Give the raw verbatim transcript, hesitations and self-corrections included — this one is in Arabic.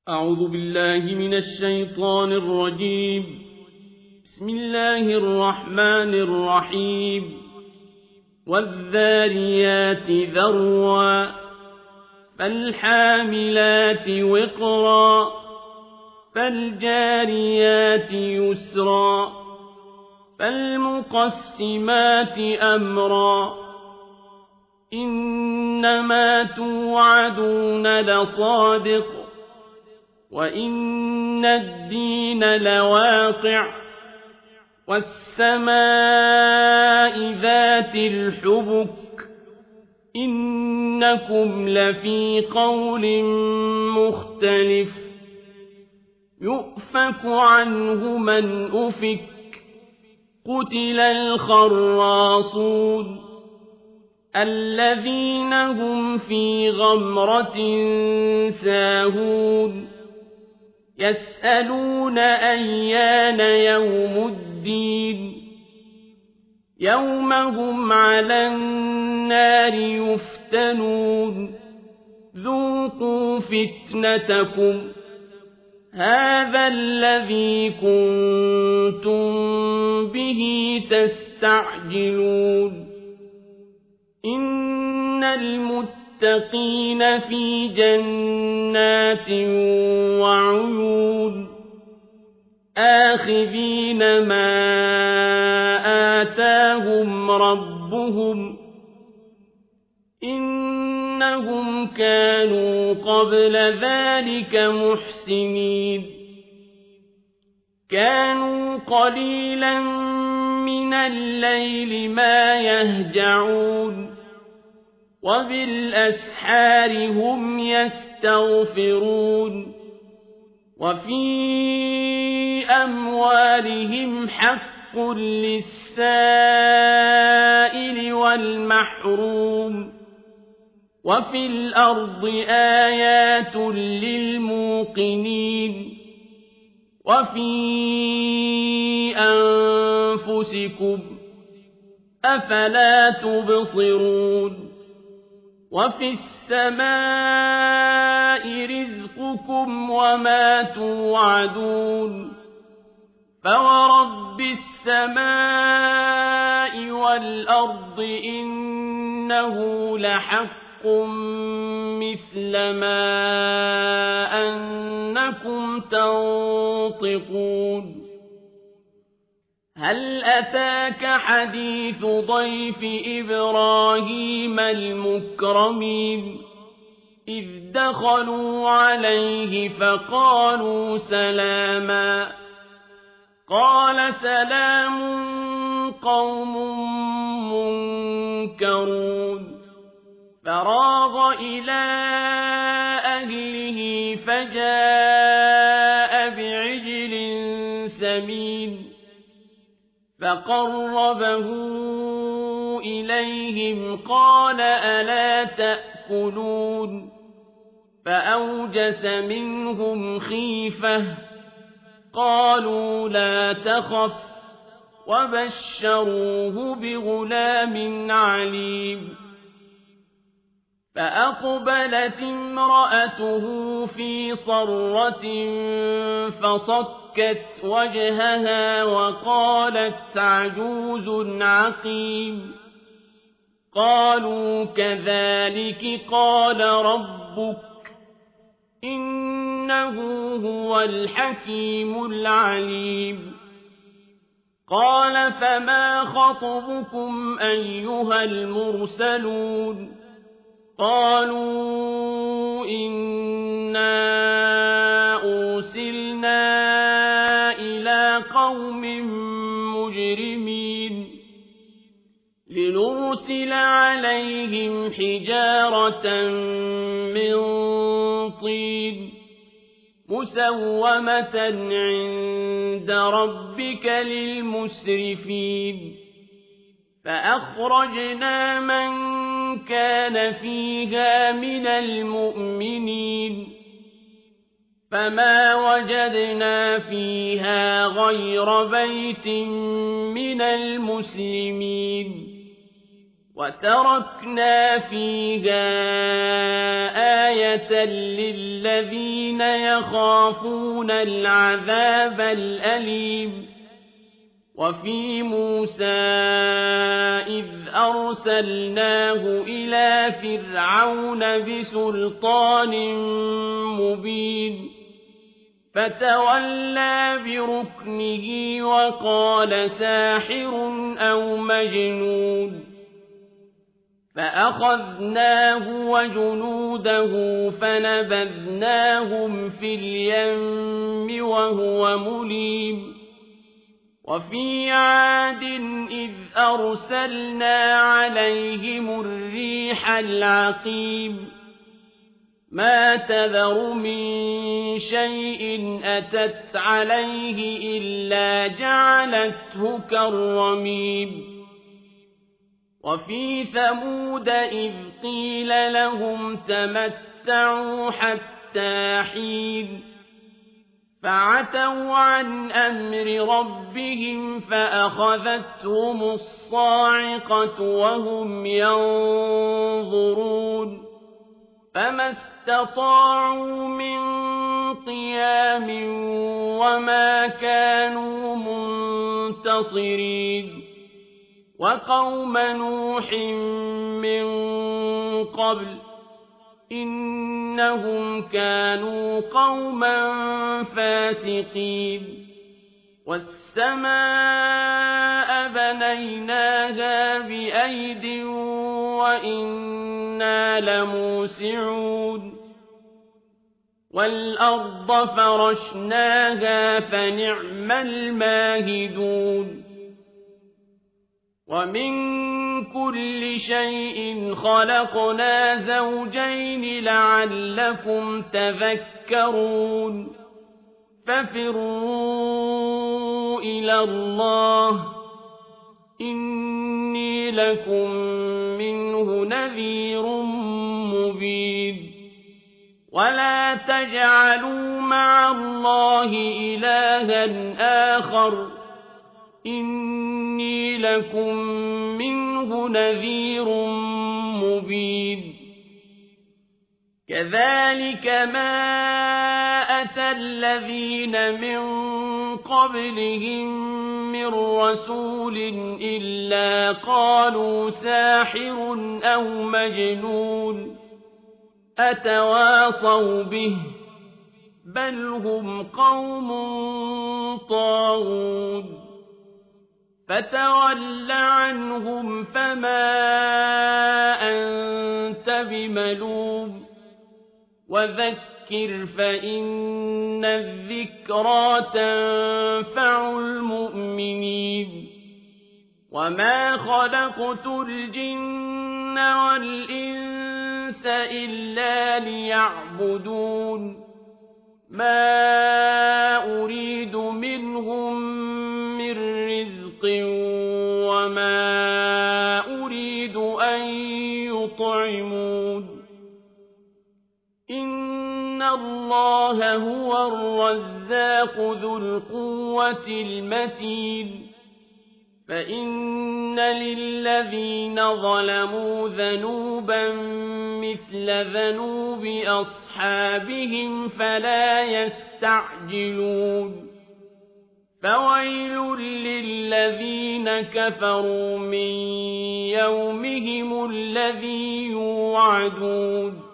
أعوذ بالله من الشيطان الرجيم. بسم الله الرحمن الرحيم. والذاريات ذروا فالحاملات وقرا فالجاريات يسرا فالمقسمات أمرا إنما توعدون لصادق وإن الدين لواقع والسماء ذات الحبك إنكم لفي قول مختلف يؤفك عنه من أفك قتل الخراصون الذين هم في غمرة ساهون يسألون أيان يوم الدين يوم هم على النار يفتنون ذوقوا فتنتكم هذا الذي كنتم به تستعجلون إن المتقين في جنات وعيون آخذين ما آتاهم ربهم إنهم كانوا قبل ذلك محسنين كانوا قليلا من الليل ما يهجعون وبالأسحار هم يستغفرون وفي أموالهم حق للسائل والمحروم وفي الأرض آيات للموقنين وفي أنفسكم أفلا تبصرون وفي السماء رزقكم وما توعدون فورب السماء والأرض إنه لحق مثل ما أنكم تنطقون هل أتاك حديث ضيف إبراهيم المكرمين إذ دخلوا عليه فقالوا سلاما قال سلام قوم منكرون فراغ إلى أهله فجاء بعجل سمين فقربه إليهم قال ألا تأكلون فأوجس منهم خيفة قالوا لا تخف وبشروه بغلام عليم فأقبلت امرأته في صرة فصكت وجهها وقالت عجوز عقيم قالوا كذلك قال ربك إنه هو الحكيم العليم قال فما خطبكم أيها المرسلون قالوا إنا أرسلنا إلى قوم مجرمين لنرسل عليهم حجارة من طين مسومة عند ربك للمسرفين فأخرجنا من كان فيها من المؤمنين فما وجدنا فيها غير بيت من المسلمين وتركنا فيها آية للذين يخافون العذاب الأليم وفي موسى إذ أرسلناه إلى فرعون بسلطان مبين فتولى بركنه وقال ساحر أو مجنون فأخذناه وجنوده فنبذناهم في اليم وهو مليم وفي عاد إذ أرسلنا عليهم الريح العقيم ما تذر من شيء أتت عليه إلا جعلته كالرميم وفي ثمود إذ قيل لهم تمتعوا حتى حين فعتوا عن أمر ربهم فأخذتهم الصاعقة وهم ينظرون فما استطاعوا من قيام وما كانوا منتصرين وقوم نوح من قبل إنهم كانوا قوما فاسقين والسماء بنيناها بأيد وإنا لموسعون والأرض فرشناها فنعم الماهدون ومن كل شيء خلقنا زوجين لعلكم تذكرون ففروا إلى الله إني لكم منه نذير مبين ولا تجعلوا مع الله إلها آخر إني لكم منه نذير مبين كذلك ما أتى الذين من قبلهم من رسول إلا قالوا ساحر أو مجنون أتواصوا به بل هم قوم طاغون فتول عنهم فما أنت بملوم وذكر فإن الذكرى تنفع المؤمنين وما خلقت الجن والإنس إلا ليعبدون ما أريد منهم من رزق وما أريد أن يطعمون إن الله هو الرزاق ذو القوة المتين فإن للذين ظلموا ذنوبا مثل ذنوب أصحابهم فلا يستعجلون فويل للذين كفروا من يومهم الذي يوعدون